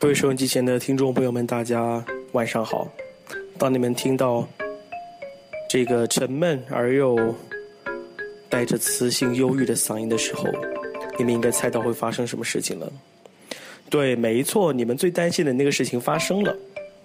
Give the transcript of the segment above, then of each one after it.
各位收音机前的听众朋友们，大家晚上好。当你们听到这个沉闷而又带着磁性忧郁的嗓音的时候，你们应该猜到会发生什么事情了。对，没错，你们最担心的那个事情发生了，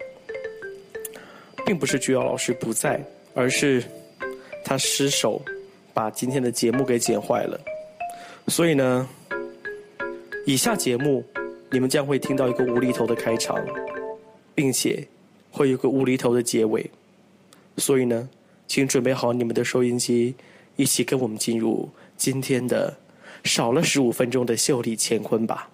并不是居瑶老师不在，而是他失手把今天的节目给剪坏了。所以呢，以下节目你们将会听到一个无厘头的开场，并且会有一个无厘头的结尾。所以呢，请准备好你们的收音机，一起跟我们进入今天的少了15分钟的秀丽乾坤吧。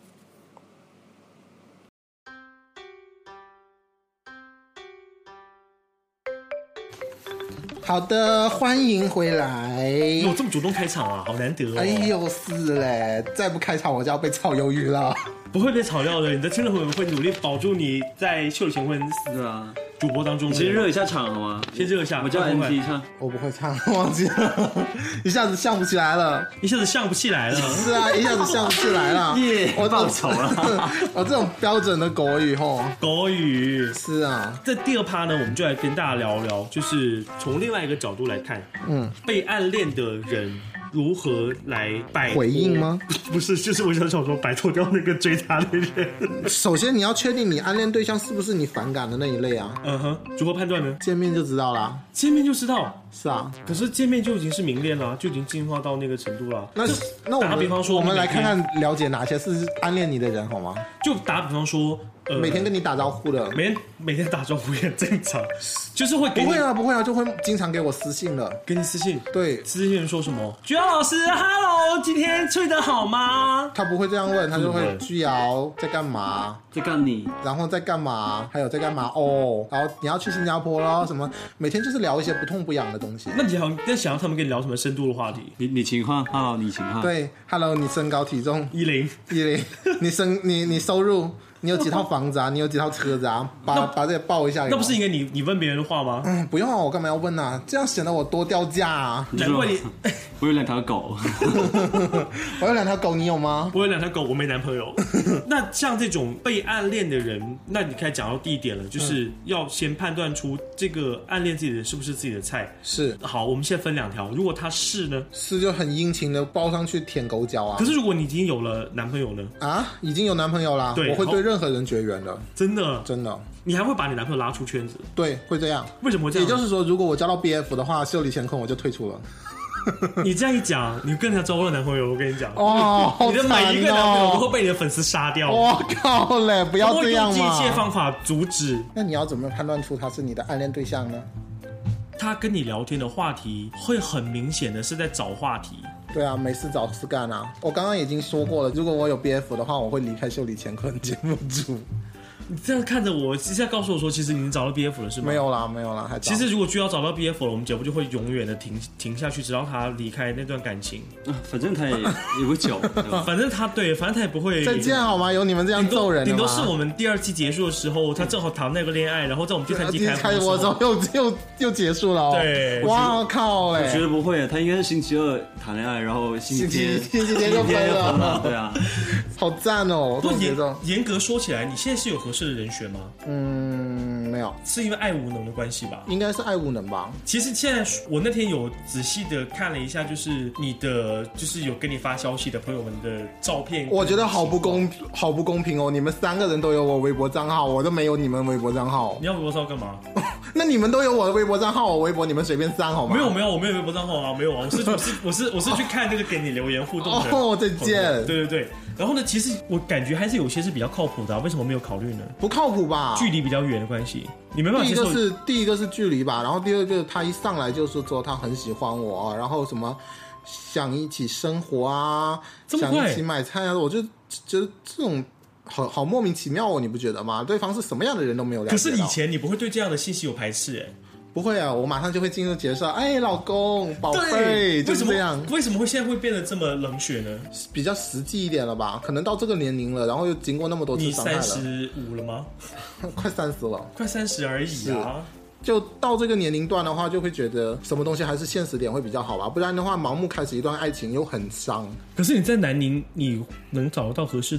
好的，欢迎回来。 有这么主动开场啊，好难得哦。 哎呦，是嘞，再不开场我就要被炒鱿鱼了。 不会被炒掉的，你的听众朋友们会努力保住你在秀丽乾坤主播当中。 你先热一下场好吗？ 先热一下， 我叫 NT 唱。 我不会唱，忘记了，一下子想不起来了。 一下子想不起来了。 是啊，一下子想不起来了。 耶，我报仇了。 我这种标准的国语吼。 国语是啊。 在第二趴呢，我们就来跟大家聊聊，就是从另外一个角度来看，被暗恋的人如何来摆回应吗？ 不是，就是我想说摆脱掉那个追他的人。 首先你要确定你暗恋对象是不是你反感的那一类啊。 如何判断呢？ 见面就知道啦。 见面就知道。 是啊。 可是见面就已经是明恋了，就已经进化到那个程度了。 那打比方说， 我们来看看了解哪些是暗恋你的人好吗？ 就打比方说， 每天跟你打招呼的， 每天打招呼也很正常，就是会给你不会啊，就会经常给我私信了， 给你私信， 对， 私信说什么？居瑶老师 ，Hello， 今天睡得好吗？ 他不会这样问，他就会居瑶在干嘛？ 在干你， 然后在干嘛？还有在干嘛？哦，然后你要去新加坡咯，什么？每天就是聊一些不痛不痒的东西。 那你想要他们跟你聊什么深度的话题？ 你情况 ，Hello， 你情况， 对 ，Hello， 你身高体重 10， 你收入。你有几套房子啊？你有几套车子啊？把这个报一下。 那不是应该你问别人的话吗？ 不用啊，我干嘛要问啊？这样显得我多掉价啊。 难怪你， 我有2条狗。 我有2条狗，你有吗？ 我有2条狗，我没男朋友。那像这种被暗恋的人，那你开始讲到第一点了，就是要先判断出这个暗恋自己的人是不是自己的菜。 是。 好，我们现在分2条，如果他是呢？ 是就很殷勤的包上去舔狗脚啊。 可是如果你已经有了男朋友呢？ 啊，已经有男朋友啦。 对， 我会对任何人绝缘的。 真的。 你还会把你男朋友拉出圈子？ 对，会这样。 为什么会这样？ 也就是说，如果我交到 BF 的话，秀丽乾坤我就退出了。 你这样一讲，你更加糟糕的男朋友，我跟你讲哦， 你的每一个男朋友都会被你的粉丝杀掉。 我靠嘞，不要这样嘛！ 我会用一切方法阻止。 那你要怎么判断出他是你的暗恋对象呢？ 他跟你聊天的话题会很明显的是在找话题。 对啊，没事找事干啊！我刚刚已经说过了，如果我有 BF 的话，我会离开秀丽乾坤节目组。 你这样看着我，现在告诉我说，其实你找到 BF 了是吗？ 没有啦，还其实如果居瑶找到 BF 了，我们节目就会永远的停下去，直到他离开那段感情。 反正他也不久， 反正他也不会再见好吗？有你们这样揍人的吗？ 顶多是我们第2季结束的时候，他正好谈那个恋爱，然后在我们第3季开播的时候又结束了。 对， 哇靠嘞！ 我觉得不会，他应该是星期2谈恋爱，然后星期天就分了。 对啊， 好赞哦！ 不过严格说起来，你现在是有合适的人选吗？ 没有， 是因为爱无能的关系吧？ 应该是爱无能吧。 其实现在我那天有仔细的看了一下，就是你的就是有跟你发消息的朋友们的照片， 我觉得好不公平哦！你们3个人都有我微博账号，我都没有你们微博账号。 你要微博账号干嘛？ 那你们都有我的微博账号，我微博你们随便删好吗？ 没有，我没有微博账号啊，没有啊，我是去看那个给你留言互动的。 哦，再见。 对。然后呢，其实我感觉还是有些是比较靠谱的，为什么没有考虑呢？ 不靠谱吧？ 距离比较远的关系，你没办法接受。 第一个是距离吧，然后第二个他一上来就是说他很喜欢我，然后什么想一起生活啊，想一起买菜啊，我就觉得这种好莫名其妙哦，你不觉得吗？对方是什么样的人都没有了解到。 可是以前你不会对这样的信息有排斥不会啊，我马上就会进入介绍。哎，老公，宝贝，就是这样。 为什么会现在会变得这么冷血呢？ 比较实际一点了吧？可能到这个年龄了，然后又经过那么多次伤害了。 你35了吗？ 快30了， 快30而已啊。 就到这个年龄段的话，就会觉得什么东西还是现实点会比较好吧，不然的话盲目开始一段爱情又很伤。 可是你在南宁，你能找得到合适的吗？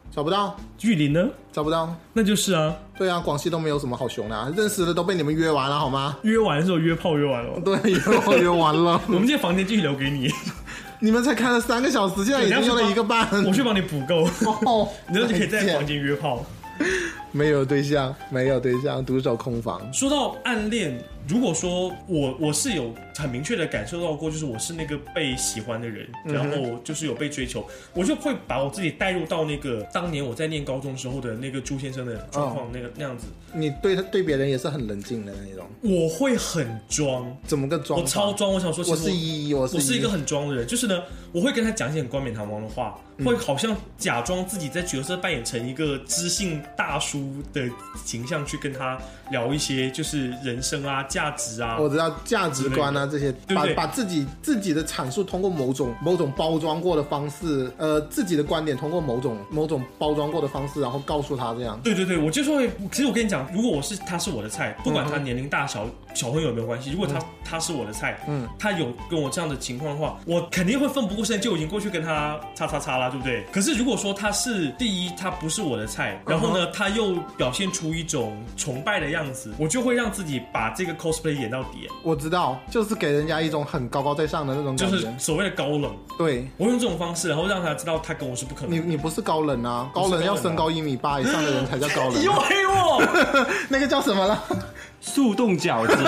找不到， 玉林呢？ 找不到， 那就是啊。 对啊，广西都没有什么好熊的啊，认识的都被你们约完了好吗？ 约完的时候约炮约完了。 对，约完了。 我们今天房间继续留给你。 你们才开了3个小时，现在已经用了1个半。 我去帮你补够，你就可以在房间约炮。 没有对象，独守空房。 说到暗恋，如果说我是有很明确的感受到过，就是我是那个被喜欢的人，然后就是有被追求，我就会把我自己带入到那个当年我在念高中时候的那个朱先生的状况，那样子。你对别人也是很冷静的那种。 我会很装， 怎么个装？ 我超装。我想说， 我是一个很装的人，就是呢，我会跟他讲一些很冠冕堂皇的话，会好像假装自己在角色扮演成一个知性大叔的形象去跟他聊一些就是人生啊、价值啊， 我知道价值观啊这些，把自己的阐述通过某种包装过的方式，自己的观点通过某种包装过的方式，然后告诉他这样。 对，我就是会。其实我跟你讲，如果他是我的菜，不管他年龄大小朋友有没有关系，如果他是我的菜，他有跟我这样的情况的话，我肯定会奋不顾身就已经过去跟他叉啦，对不对？可是如果说他是第一，他不是我的菜，然后呢，他又表现出一种崇拜的样子，我就会让自己把这个 cosplay 演到底。 我知道，就是给人家一种很高高在上的那种感觉， 就是所谓的高冷。 对， 我用这种方式，然后让他知道他跟我是不可能。 你不是高冷啊，高冷要身高1.8米以上的人才叫高冷。 你又黑我， 那个叫什么了？ 速冻饺子。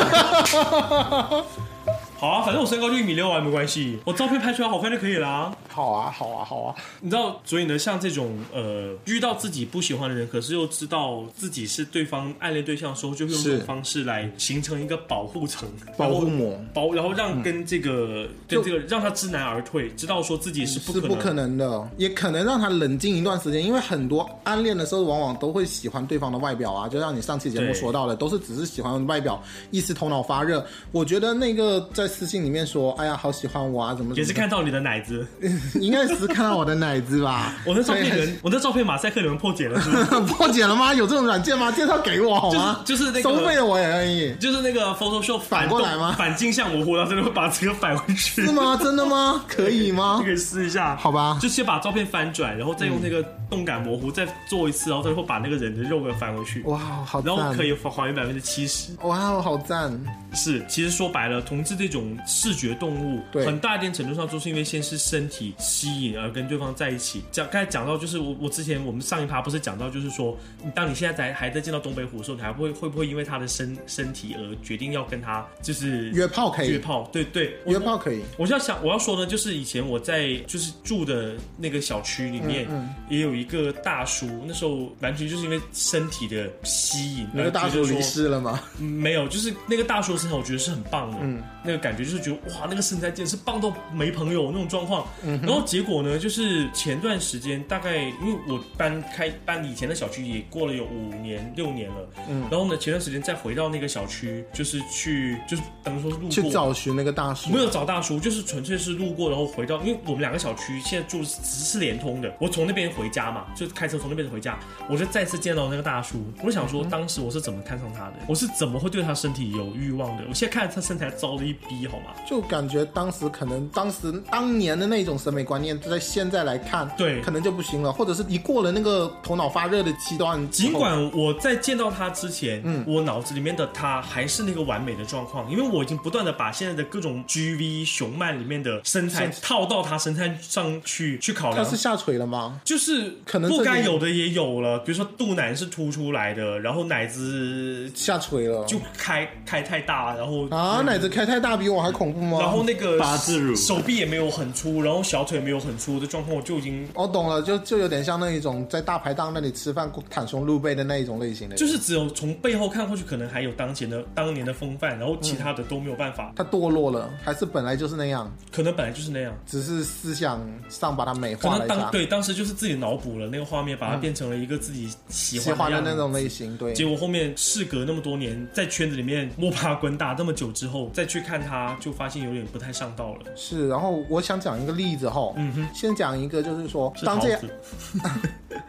好啊，反正我身高就1.6米啊，没关系，我照片拍出来好看就可以啦。 好啊。 你知道，所以呢，像这种遇到自己不喜欢的人，可是又知道自己是对方暗恋对象的时候，就会用这种方式来形成一个保护层、 保护膜， 然后让跟这个让他知难而退，知道说自己是不可能的，也可能让他冷静一段时间，因为很多暗恋的时候，往往都会喜欢对方的外表啊，就像你上期节目说到的，都是只是喜欢外表，一时头脑发热。我觉得那个在私信里面说，哎呀，好喜欢我啊，怎么也是看到你的奶子， 应该是看到我的奶子吧？ 我那照片马赛克你们破解了是不是？ 破解了吗？有这种软件吗？介绍给我好吗？ 就是那个收费的我也愿意。 就是那个 Photoshop 反过来吗？ 反镜像模糊，然后真的会把这个反回去。 是吗？真的吗？可以吗？ 你可以试一下， 好吧？ 就先把照片翻转，然后再用那个动感模糊再做一次，然后最后把那个人的肉给翻回去。 哇，好赞！ 然后可以还原70%。 哇，好赞！ 是，其实说白了，同志这种视觉动物，很大一点程度上就是因为先是身体吸引而跟对方在一起。刚才讲到，就是我之前我们上一趴不是讲到，就是说，当你现在还在见到东北虎的时候，你还会不会因为他的身体而决定要跟他就是约炮？可以约炮，对， 约炮可以。 我要说呢，就是以前我在就是住的那个小区里面，也有一个大叔，那时候完全就是因为身体的吸引。 那个大叔离世了吗？ 没有，就是那个大叔身材我觉得是很棒的，那个感觉就是觉得哇，那个身材简直是棒到没朋友那种状况。然后结果呢，就是前段时间大概因为我搬以前的小区也过了有5年6年了，然后呢前段时间再回到那个小区，就是等于说是路过去找寻那个大叔， 没有找大叔，就是纯粹是路过，然后回到，因为我们2个小区现在住是连通的，我从那边回家嘛，就开车从那边回家，我就再次见到那个大叔，我想说当时我是怎么看上他的，我是怎么会对他身体有欲望的，我现在看他身材糟的一逼好吗？ 就感觉当年的那种审美观念，在现在来看，对，可能就不行了，或者是一过了那个头脑发热的期段。 尽管我在见到他之前，我脑子里面的他还是那个完美的状况，因为我已经不断的把现在的各种 GV 熊漫里面的身材套到他身材上去考量。 他是下垂了吗？ 就是可能不该有的也有了，比如说肚腩是凸出来的，然后奶子下垂了， 就开太大，然后奶子开太大比我还恐怖吗？ 然后那个八字乳手臂也没有很粗，然后小腿没有很粗的状况，我就已经我懂了，就有点像那一种在大排档那里吃饭袒胸露背的那一种类型的， 就是只有从背后看过去可能还有当年的风范，然后其他的都没有办法。 他堕落了，还是本来就是那样？ 可能本来就是那样， 只是思想上把它美化了一下。 当时就是自己脑补了那个画面，把它变成了一个自己喜欢的那种类型。对， 结果后面事隔那么多年，在圈子里面摸爬滚打那么久之后，再去看他，就发现有点不太上道了。 是，然后我想讲一个例子哈，先讲一个，就是说，当这样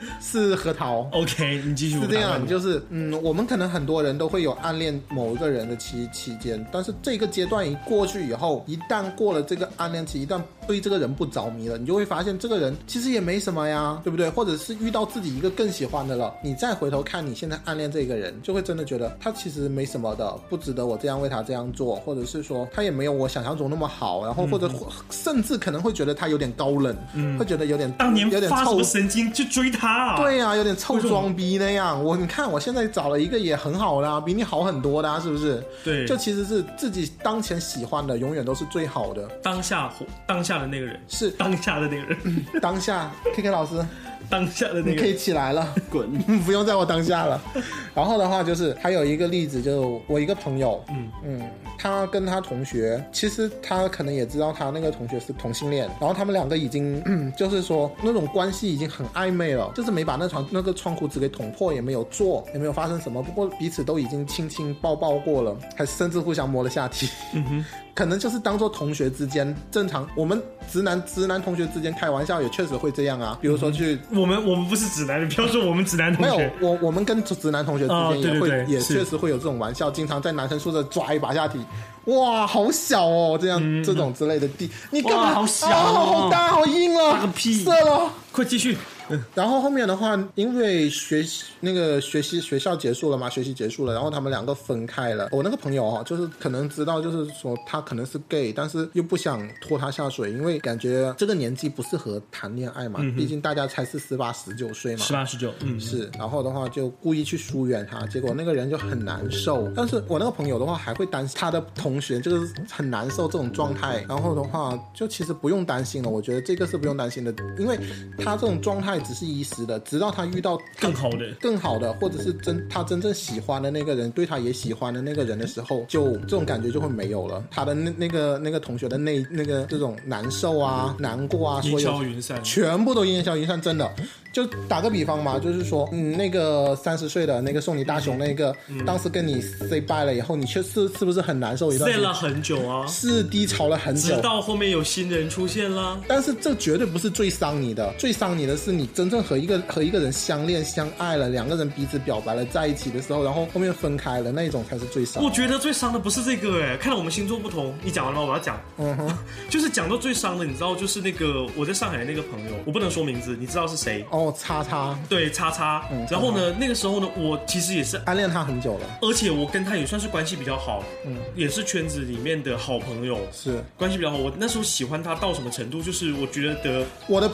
是核桃。 OK， 你继续。 是这样，就是我们可能很多人都会有暗恋某一个人的期间，但是这个阶段一过去以后，一旦过了这个暗恋期，一旦对这个人不着迷了，你就会发现这个人其实也没什么呀，对不对？或者是遇到自己一个更喜欢的了，你再回头看你现在暗恋这个人，就会真的觉得他其实没什么的，不值得我这样为他这样做，或者是说他也没有我想象中那么好，然后或者甚至可能会觉得他有点高冷，会觉得有点当年发什么神经去追他啊？ 对啊，有点臭装逼那样。你看我现在找了一个也很好的啊，比你好很多的啊，是不是？ 对， 就其实是自己当前喜欢的永远都是最好的。当下的那个人是当下的那个人， 当下 KK 老师当下的那个人你可以起来了， 滚， 不用在我当下了。然后的话就是还有一个例子，就是我一个朋友，他跟他同学，其实他可能也知道他那个同学是同性恋，然后他们两个已经就是说那种关系已经很暧昧了，就是没把那个窗户纸给捅破，也没有做，也没有发生什么，不过彼此都已经亲亲抱抱过了，还甚至互相摸了下体。可能就是当做同学之间正常，我们直男同学之间开玩笑也确实会这样啊，比如说去我们不是直男，你不要说我们直男同学， 没有我们跟直男同学之间也会、 对也确实会有这种玩笑，经常在男生宿舍抓一把下体，哇好小哦，这样、这种之类的你干嘛好小好大好硬了， 打个屁射了， 快继续。 然后后面的话，因为学校结束了嘛，学习结束了，然后他们两个分开了。我那个朋友就是可能知道，就是说他可能是 gay， 但是又不想拖他下水，因为感觉这个年纪不适合谈恋爱嘛，毕竟大家才是18、19岁嘛 ，18、19， 是。然后的话就故意去疏远他，结果那个人就很难受。但是我那个朋友的话还会担心他的同学就是很难受这种状态，然后的话就其实不用担心了，我觉得这个是不用担心的，因为他这种状态只是一时的，直到他遇到更好的，或者是他真正喜欢的那个人，对他也喜欢的那个人的时候，就这种感觉就会没有了。他的那个同学的那个这种难受啊、难过啊， 烟消云散， 全部都烟消云散，真的。就打个比方嘛，就是说，那个30岁的那个送你大熊那个，当时跟你 say bye 了以后，你是不是很难受一段时间？ say 了很久啊， 是低潮了很久， 直到后面有新人出现了。 但是这绝对不是最伤你的，最伤你的是你真正和一个人相恋相爱了，两个人彼此表白了在一起的时候，然后后面分开了，那种才是最伤。 我觉得最伤的不是这个看到我们星座不同，你讲完了吗？我要讲，就是讲到最伤的，你知道，就是那个我在上海的那个朋友，我不能说名字，你知道是谁？ 叉叉。 对，叉叉。然后呢，那个时候呢，我其实也是暗恋他很久了， 而且我跟他也算是关系比较好，也是圈子里面的好朋友， 是关系比较好。我那时候喜欢他到什么程度，就是我觉得我的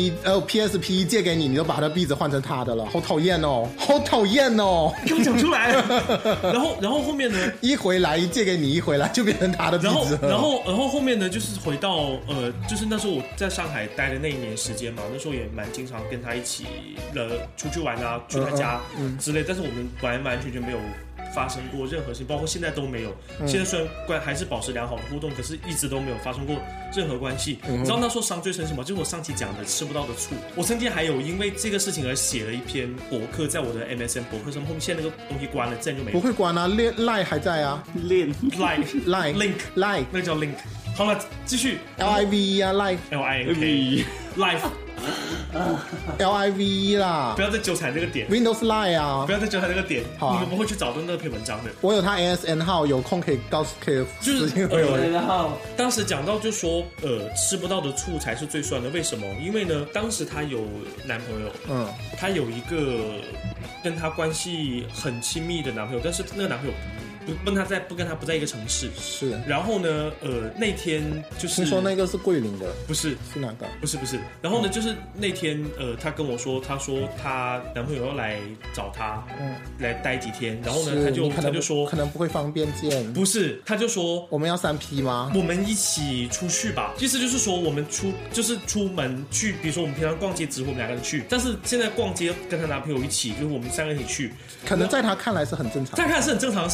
PSP 借给你，你都把他的壁纸换成他的了，好讨厌哦，好讨厌哦！ 你给我讲出来。然后后面呢， 一回来借给你，一回来就变成他的壁纸了。 然后后面呢，就是回到就是那时候我在上海待的那1年时间嘛，那时候也蛮经常跟他一起出去玩啊，去他家之类，但是我们完全没有发生过任何事情，包括现在都没有。现在虽然还是保持良好的互动，可是一直都没有发生过任何关系。你知道那时候伤最深什么？就是我上期讲的吃不到的醋。我曾经还有因为这个事情而写了一篇博客，在我的 MSN 博客上，后面现在那个东西关了，自然就没有。 不会关啊，Line 还在啊 ，Line link，那个叫 link。好了，继续 LIVE 啊 ，Live LIVE live。 LIVE 啦， 不要再纠缠这个点。 Windows Line 啊， 不要再纠缠这个点。 好你们不会去找到那篇文章的。 我有他 ASN 号，有空可以私信回我。 当时讲到就说，吃不到的醋才是最酸的。为什么？因为呢，当时她有男朋友，她有一个跟她关系很亲密的男朋友，但是那个男朋友不跟他不在一个城市。 是。 然后呢，那天就是听说那个是桂林的， 不是？ 是哪个？ 不是。然后呢，就是那天她跟我说，她说她男朋友要来找她，来待几天。然后呢，他就说可能不会方便见。 不是，他就说我们要3P 吗？ 我们一起出去吧。意思就是说我们出门去，比如说我们平常逛街只是我们2个人去，但是现在逛街跟她男朋友一起，就是我们3个人一起去。 可能在她看来是很正常， 在她看来是很正常的事情。 对。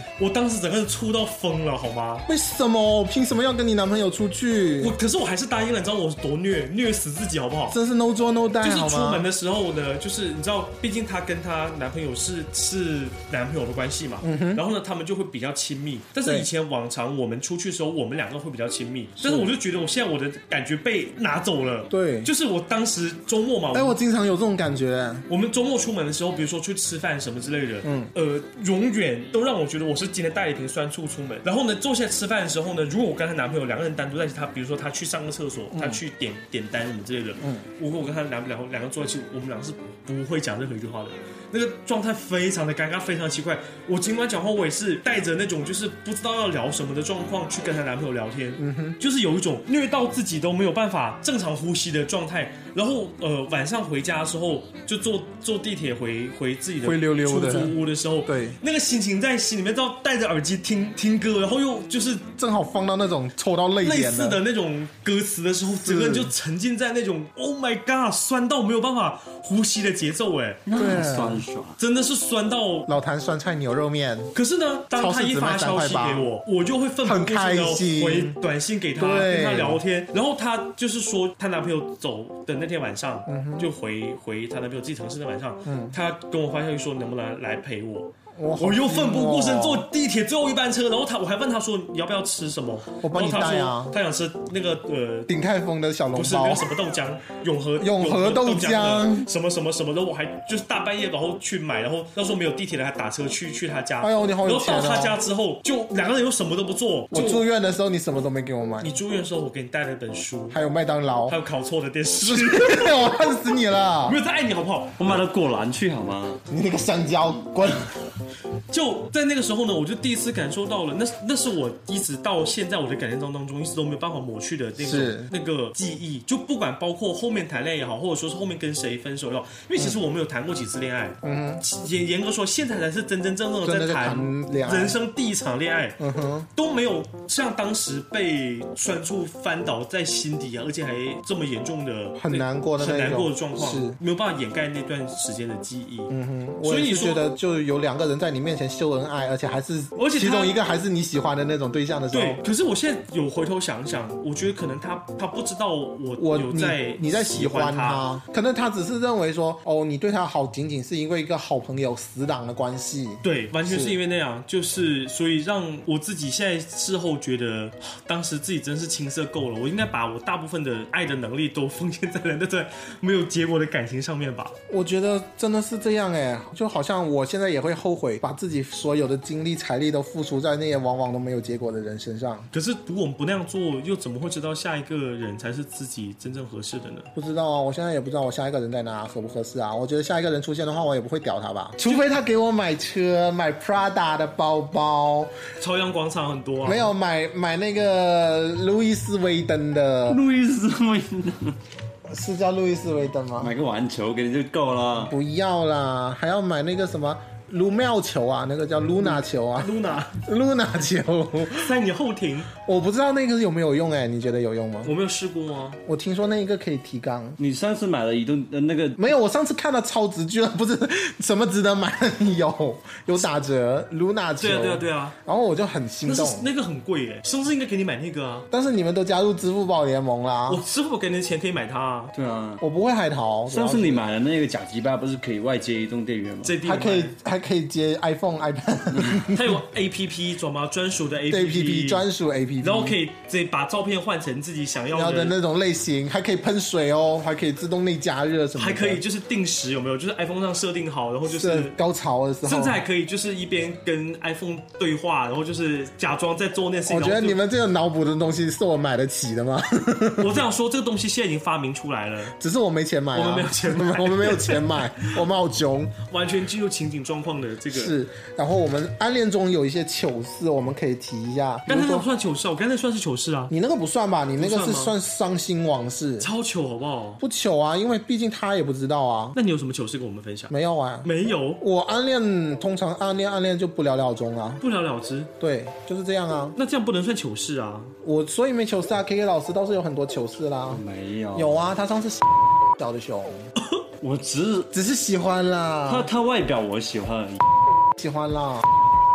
我当时整个人触到疯了，好吗？ 为什么？凭什么要跟你男朋友出去？ 可是我还是答应了，你知道我多虐死自己好不好？ 真是 no 做 no die， 就是出门的时候呢，就是你知道，毕竟她跟她男朋友是男朋友的关系嘛，然后呢，他们就会比较亲密。但是以前往常我们出去的时候，我们两个会比较亲密，但是我就觉得我现在我的感觉被拿走了。 对， 就是我当时周末嘛， 我经常有这种感觉。 我们周末出门的时候，比如说去吃饭什么之类的，永远都让我觉得我是今天带了一瓶酸醋出门。然后呢，坐下来吃饭的时候呢，如果我跟她男朋友两个人单独在一起，比如说她去上个厕所，她去点单什么之类的，我跟她两个坐在一起，我们两个是不会讲任何一句话的。那个状态非常的尴尬，非常奇怪。我尽管讲话，我也是带着那种就是不知道要聊什么的状况去跟她男朋友聊天，就是有一种虐到自己都没有办法正常呼吸的状态。然后晚上回家的时候，就坐地铁回自己的出租屋的时候， 对， 那个心情在心里面，到戴着耳机听歌，然后又就是正好放到那种抽到泪点类似的那种歌词的时候，整个人就沉浸在那种 Oh my God， 酸到没有办法呼吸的节奏， 对，酸真的是酸到老坛酸菜牛肉面。 可是呢，当他一发消息给我，我就会奋不顾身的回短信给他，跟他聊天。然后他就是说，她男朋友走的那天晚上，就回她男朋友自己城市的晚上，他跟我发消息说能不能来陪我。我又奋不顾身坐地铁最后一班车，然后我还问他说你要不要吃什么？ 我帮你带啊。 然后他说他想吃那个鼎泰丰的小笼包， 不是那个什么豆浆，永和豆浆什么什么什么的，我还就是大半夜然后去买，然后那时候没有地铁了，还打车去他家。 哎呦，你好有钱哦！ 然后到他家之后，就两个人又什么都不做。 我住院的时候你什么都没给我买。 你住院的时候我给你带了一本书， 还有麦当劳， 还有烤错的电视。 我恨死你了！ 没有在爱你好不好？ 我买了果篮去好吗？ 你那个香蕉，滚！ 就在那个时候呢，我就第一次感受到了，那是我一直到现在我的感情当中一直都没有办法抹去的那个记忆。就不管包括后面谈恋爱也好，或者说是后面跟谁分手也好，因为其实我没有谈过几次恋爱，严格说现在才是真正的在谈人生第一场恋爱，都没有像当时被酸醋翻倒在心底啊，而且还这么严重的很难过的状况，是没有办法掩盖那段时间的记忆。 所以你觉得就有两个人在你面前秀恩爱，而且其中一个还是你喜欢的那种对象的时候， 对。可是我现在有回头想想，我觉得可能他不知道我有你在喜欢他，可能他只是认为说你对他好仅仅是因为一个好朋友死党的关系， 对，完全是因为那样，就是所以让我自己现在事后觉得当时自己真是青涩够了，我应该把我大部分的爱的能力都奉献在了那段没有结果的感情上面吧。 我觉得真的是这样就好像我现在也会后悔把自己所有的精力财力都付出在那些往往都没有结果的人身上。 可是如果我们不那样做，又怎么会知道下一个人才是自己真正合适的呢？ 不知道啊，我现在也不知道我下一个人在哪，合不合适啊。我觉得下一个人出现的话，我也不会屌他吧，除非他给我买车，买 Prada 的包包， 朝阳广场很多啊。 没有买那个路易斯威登的。 路易斯威登是叫路易斯威登吗？ 买个网球给你就够了。 不要啦，还要买那个什么卢妙球啊，那个叫 Luna 球啊，Luna 球在你后庭。 我不知道那个有没有用你觉得有用吗？ 我没有试过啊。 我听说那一个可以提肛。 你上次买了一顿那个没有？我上次看到超值居然不是什么值得买的，有打折 Luna 球。 对啊。 然后我就很心动。 那个很贵生日应该给你买那个啊。 但是你们都加入支付宝联盟啦。我支付宝给你的钱可以买它啊。 对啊。 我不会海淘。 上次你买的那个甲基巴不是可以外接移动电源吗？ 还可以接 iPhone、iPad， 它有 APP 专属的 APP， 专属 APP， 然后可以直接把照片换成自己想要的那种类型，还可以喷水还可以自动内加热什么的， 还可以就是定时有没有？就是 iPhone 上设定好，然后就是高潮的时候， 甚至还可以就是一边跟 iPhone 对话，然后就是假装在做那事情。 我觉得你们这个脑补的东西是我买得起的吗？ 我这样说，这个东西现在已经发明出来了， 只是我没钱买。 我们没有钱买， 我们没有钱买，我们好穷， 完全进入情景状况的这个是。然后我们暗恋中有一些糗事，我们可以提一下。 刚才那不算糗事，我刚才算是糗事啊。 你那个不算吧？你那个是算伤心往事， 超糗好不好？ 不糗啊，因为毕竟他也不知道啊。 那你有什么糗事跟我们分享？ 没有啊， 没有。 我暗恋通常暗恋就不了了之啊， 不了了之。 对，就是这样啊。 那这样不能算糗事啊。 我所以没糗事啊 ，KK 老师倒是有很多糗事啦。 没有。 有啊，他上次小的熊。 我只是喜欢啦。 他外表我喜欢而已。 喜欢啦。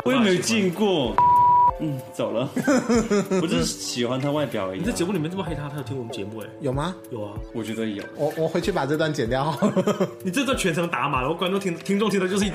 我又没有见过。走了。我就是喜欢他外表而已。 你在节目里面这么黑他，他有听我们节目有吗？ 有啊， 我觉得有。 我回去把这段剪掉。 你这段全程打码了，我观众听众听的就是一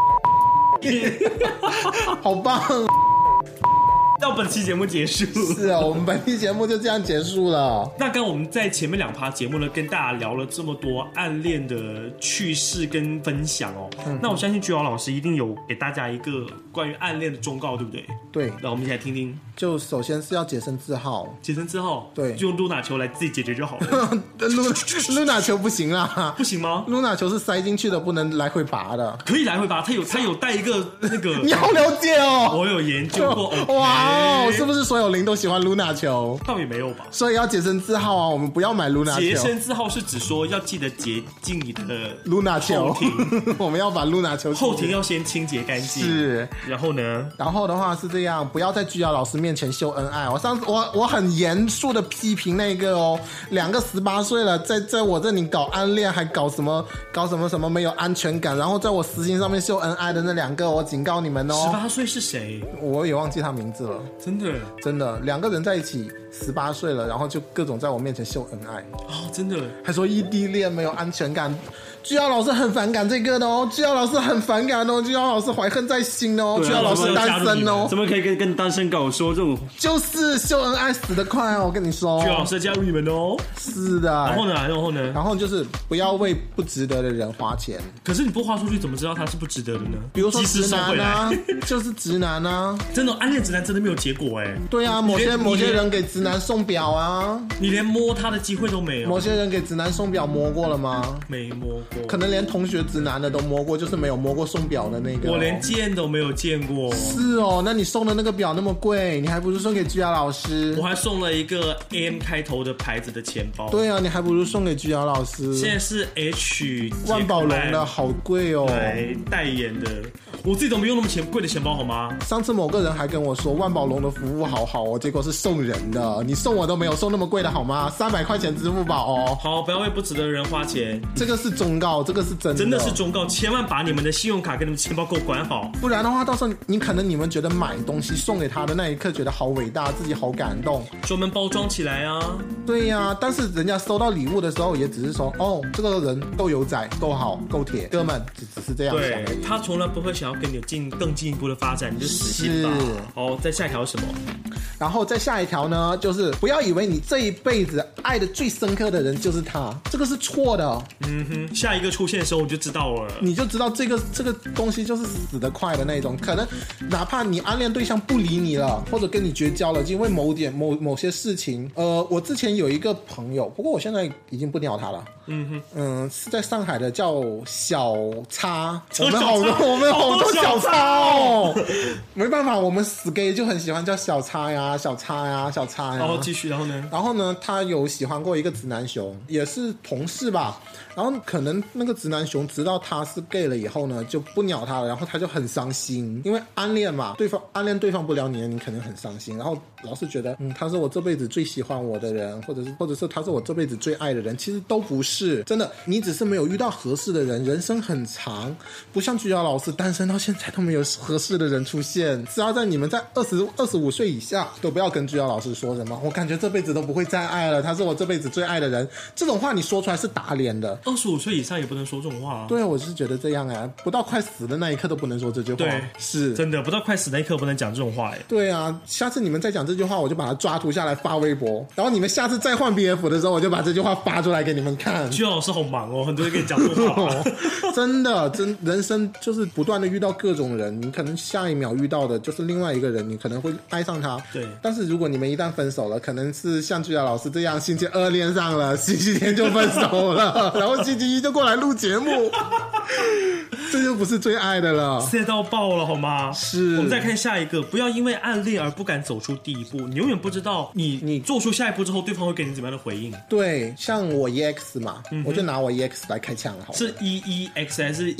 好棒。 到本期节目结束。 是啊，我们本期节目就这样结束了。 那刚我们在前面2趴节目呢，跟大家聊了这么多暗恋的趣事跟分享哦。那我相信居豪老师一定有给大家一个关于暗恋的忠告，对不对？ 对。 那我们一起来听听。 就首先是要洁身自好。 洁身自好。 对。 就用露娜球来自己解决就好了。 露娜球不行啦。 不行吗？ 露娜球是塞进去的，不能来回拔的。 可以来回拔，它有带一个那个。 你好了解哦。 我有研究过。 哇。是不是所有零都喜欢露娜球？ 倒也没有吧。 所以要洁身自好啊，我们不要买露娜球。 洁身自好是指说要记得洁净你的露娜球后庭。 我们要把露娜球后庭要先清洁干净。 是。 然后呢？ 然后的话是这样，不要在居瑶老师面前秀恩爱。我很严肃的批评那个哦，2个18岁了，在我这里搞暗恋，还搞什么没有安全感，然后在我私信上面秀恩爱的那2个，我警告你们哦。 18岁是谁？ 我也忘记他名字了。真的2个人在一起18岁了，然后就各种在我面前秀恩爱哦，真的还说异地恋没有安全感。居瑶老师很反感这个的哦，居瑶老师很反感哦，居瑶老师怀恨在心哦，居瑶老师单身哦， 怎么可以跟单身狗说这种？ 就是秀恩爱死得快哦，我跟你说， 居瑶老师加入你们哦。 是的。然后就是不要为不值得的人花钱。 可是你不花出去，怎么知道他是不值得的呢？ 比如说直男啊，就是直男啊， 真的暗恋直男真的没有结果哎。 对啊，某些人给直男送表啊， 你连摸他的机会都没有。 某些人给直男送表摸过了吗？ 没摸过。 可能连同学直男的都摸过，就是没有摸过送表的那个。 我连见都没有见过。 是哦，那你送的那个表那么贵，你还不如送给居瑶老师。 我还送了一个 M 开头的牌子的钱包。 对啊，你还不如送给居瑶老师。 现在是 H 万宝龙的，好贵哦。 来代言的，我自己都没用那么贵的钱包好吗？ 上次某个人还跟我说万宝龙的服务好好哦，结果是送人的。你送我都没有送那么贵的好吗？300块钱支付宝哦。 好，不要为不值得的人花钱。 这个是忠告，这个是真的是忠告，千万把你们的信用卡跟你们钱包给我管好， 不然的话，到时候你们觉得买东西送给他的那一刻觉得好伟大，自己好感动， 专门包装起来啊。 对呀，但是人家收到礼物的时候也只是说，哦，这个人够有仔，够好，够铁，哥们只是这样想而已。 他从来不会想要跟你更进一步的发展，你就死心吧。好，再下一条是什么？ 然后再下一条呢，就是不要以为你这一辈子爱的最深刻的人就是他，这个是错的。 下一个出现的时候我就知道了， 你就知道这个东西就是死得快的那种。可能哪怕你暗恋对象不理你了，或者跟你绝交了，因为某些事情。我之前有一个朋友，不过我现在已经不鸟他了。是在上海的，叫小叉。我们好多小叉哦。没办法，我们死 gay 就很喜欢叫小叉呀，小叉呀，小叉呀。 然后继续，然后呢，他有喜欢过一个直男熊，也是同事吧。然后可能那个直男熊知道他是 gay 了以后呢，就不鸟他了，然后他就很伤心，因为暗恋嘛，暗恋对方不了你，你肯定很伤心。然后老是觉得，他是我这辈子最喜欢我的人，或者是他是我这辈子最爱的人，其实都不是，真的，你只是没有遇到合适的人。人生很长，不像居瑶老师单身到现在都没有合适的人出现。只要在你们在25岁以下，都不要跟居瑶老师说什么我感觉这辈子都不会再爱了，他是我这辈子最爱的人，这种话你说出来是打脸的。 25岁以上也不能说这种话啊。 对啊，我是觉得这样啊，不到快死的那一刻都不能说这句话。 对， 是真的，不到快死那一刻不能讲这种话。 对啊，下次你们再讲这句话，我就把它抓图下来发微博，然后你们下次再换 BF 的时候，我就把这句话发出来给你们看。 居瑶老师好忙哦，很多人跟你讲这种话。 真的，人生就是不断的遇到各种人，你可能下一秒遇到的就是另外一个人，你可能会爱上他。 对， 但是如果你们一旦分手了，可能是像居瑶老师这样星期2恋上了，星期天就分手了，然后星期1就过来录节目。这就不是最爱的了， 塞到爆了好吗？ 是。 我们再看下一个，不要因为暗恋而不敢走出第一步，你永远不知道你做出下一步之后，对方会给你怎么样的回应。 对，像我 EX 嘛，我就拿我 EX 来开枪了，好。 是 EEX 还是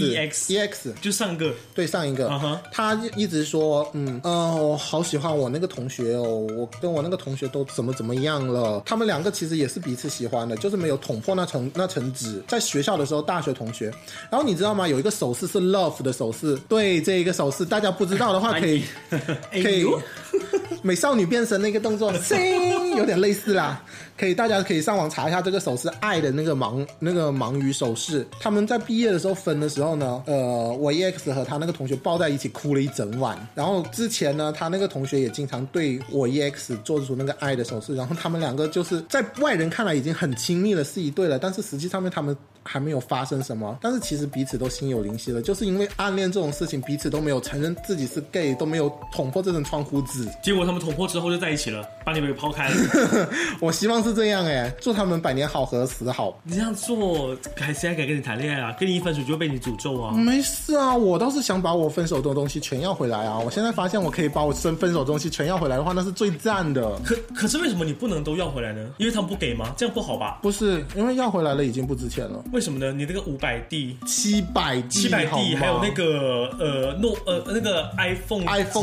EX？EX 就上个， 对，上一个。他一直说，我好喜欢我那个同学哦，我跟我那个同学都怎么样了。他们2个其实也是彼此喜欢的，就是没有捅破那层纸。在学校的时候，大学同学。然后你知道吗？有有一个手势是 love 的手势，对，这一个手势大家不知道的话可以美少女变身那个动作有点类似啦，大家可以上网查一下这个手势爱的那个盲语手势。他们在毕业的时候分的时候呢，我 EX 和他那个同学抱在一起哭了一整晚。然后之前呢，他那个同学也经常对我 EX 做出那个爱的手势，然后他们两个就是在外人看来已经很亲密了，是一对了，但是实际上面他们还没有发生什么，但是其实彼此都心有灵犀了，就是因为暗恋这种事情，彼此都没有承认自己是 gay， 都没有捅破这层窗户纸， 结果他们捅破之后就在一起了，把你们给抛开了。 我希望是这样祝他们百年好合死好。 你这样做谁还敢跟你谈恋爱啊？跟你一分手就会被你诅咒啊？ 没事啊，我倒是想把我分手的东西全要回来啊！我现在发现我可以把我分手的东西全要回来的话，那是最赞的。 可是为什么你不能都要回来呢？因为他们不给吗？这样不好吧？ 不是，因为要回来了已经不值钱了。 为什么呢？你那个500D、 700 D， 还有那个那个 iPhone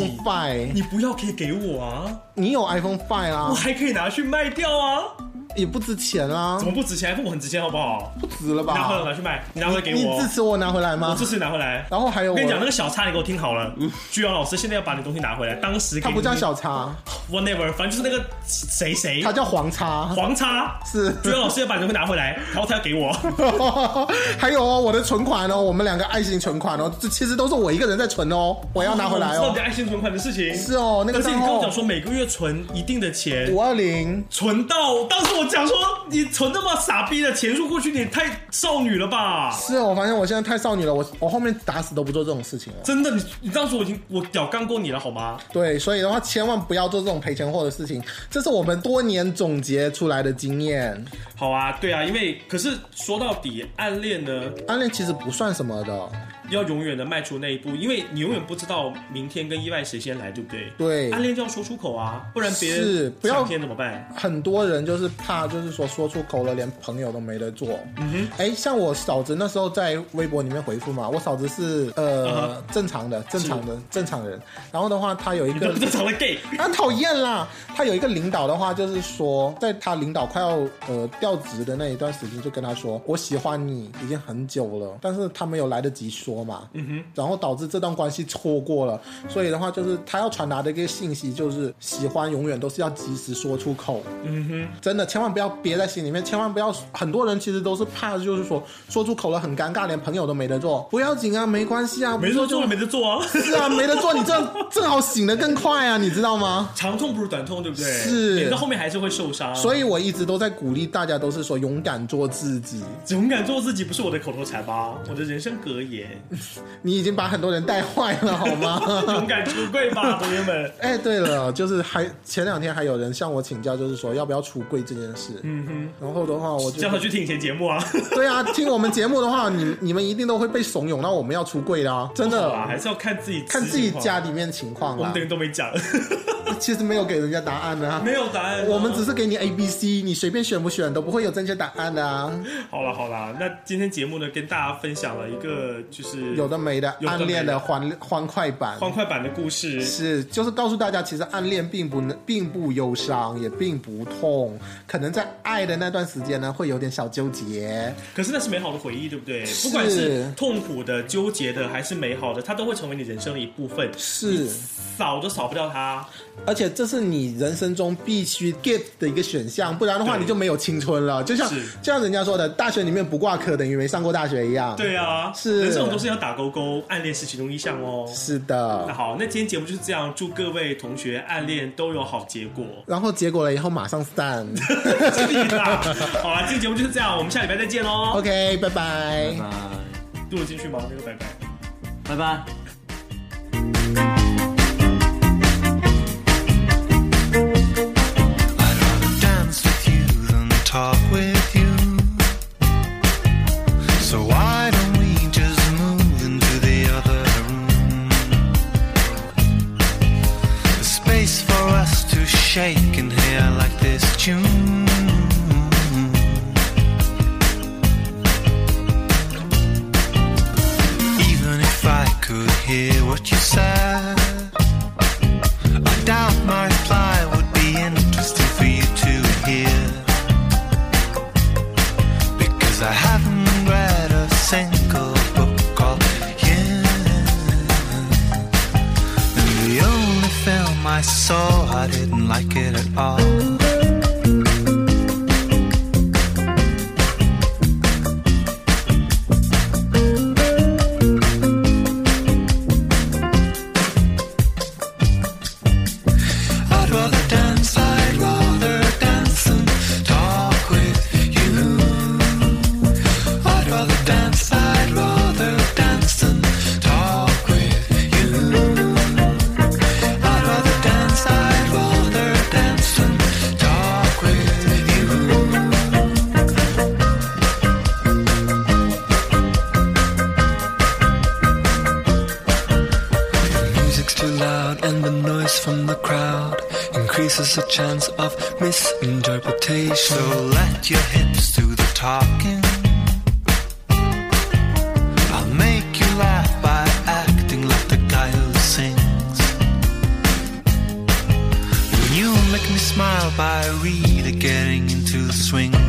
5， 你不要可以给我啊？ 你有 iPhone 5啊？ 我还可以拿去卖掉啊。 也不值钱啊。 怎么不值钱？iPhone 很值钱好不好？ 不值了吧？ 拿回来拿去卖，你拿回来给我。 你支持我拿回来吗？ 我支持你拿回来。 然后还有我跟你讲那个小叉，你给我听好了。居阳老师现在要把你东西拿回来，当时他不叫小叉 ，whatever， 反正就是那个谁， 他叫黄叉。 黄叉是居阳老师要把你东西拿回来，然后他要给我。 还有我的存款我们两个爱心存款这其实都是我一个人在存我要拿回来我知道你爱心存款的事情。 是那个而且你跟我讲说每个月存一定的钱 ，520 存到，当时我讲说你存那么傻逼的钱数过去，你太少女了吧？ 是我发现我现在太少女了，我后面打死都不做这种事情了。 真的，你当时我屌干过你了好吗？ 对，所以的话千万不要做这种赔钱货的事情，这是我们多年总结出来的经验。 好啊，对啊，因为可是说到底，暗恋呢？ 暗恋其实不算什么的。 要永远的迈出那一步，因为你永远不知道明天跟意外谁先来，对不对？ 对， 暗恋就要说出口啊，不然别人抢天怎么办？ 很多人就是怕，就是说出口了，连朋友都没得做。像我嫂子那时候在微博里面回复嘛，我嫂子是正常人。然后的话，他有一个不正常的 gay， 讨厌啦。他有一个领导的话，就是说，在他领导快要调职的那一段时间，就跟他说，我喜欢你已经很久了，但是他没有来得及说嘛，然后导致这段关系错过了，所以的话就是他要传达的一个信息就是喜欢永远都是要及时说出口，真的千万不要憋在心里面，千万不要，很多人其实都是怕就是说出口了很尴尬，连朋友都没得做，不要紧啊，没关系啊， 没得做了没得做啊， 是啊，没得做你正好醒得更快啊，你知道吗？ 长痛不如短痛，对不对？ 是， 你到后面还是会受伤， 所以我一直都在鼓励大家，都是说勇敢做自己， 勇敢做自己不是我的口头禅吧？我的人生格言。 你已经把很多人带坏了好吗？ 勇敢出柜吧同学们。 对了，就是前2天还有人向我请教，就是说要不要出柜这件事。然后的话我就叫他去听以前节目啊。 对啊，听我们节目的话你们一定都会被怂恿到我们要出柜的啊，真的还是要看自己家里面情况啦， 我们等于都没讲。 其实没有给人家答案啊， 没有答案我们只是给你 ABC， 你随便选不选都不会有正确答案的啊。 好啦，那今天节目呢跟大家分享了一个就是有的没的暗恋的欢快版的故事， 是就是告诉大家，其实暗恋并不忧伤，也并不痛，可能在爱的那段时间呢会有点小纠结， 可是那是美好的回忆，对不对？不管是痛苦的、纠结的还是美好的，它都会成为你人生的一部分， 是扫都扫不掉它。 而且这是你人生中必须 get 的一个选项，不然的话你就没有青春了，就像人家说的，大学里面不挂科等于没上过大学一样。 对啊， 是人生都是要打勾勾，暗恋是其中一项哦。 是的。 那好，那今天节目就是这样，祝各位同学暗恋都有好结果，然后结果了以后马上散。 好啦，今天节目就是这样，我们下礼拜再见咯。 OK， 拜拜。 录得进去吗？那个拜拜， 拜拜。 Talk with you, so why don't we just move into the other room? A space for us to shake and hear like this tune. Even if I could hear what you said, I doubt my reply would be interesting for you to hear. I haven't read a single book called saw, I didn't like it at all. The chance of misinterpretation. So let your hips do the talking. I'll make you laugh by acting like the guy who sings. And you make me smile by really getting into the swing.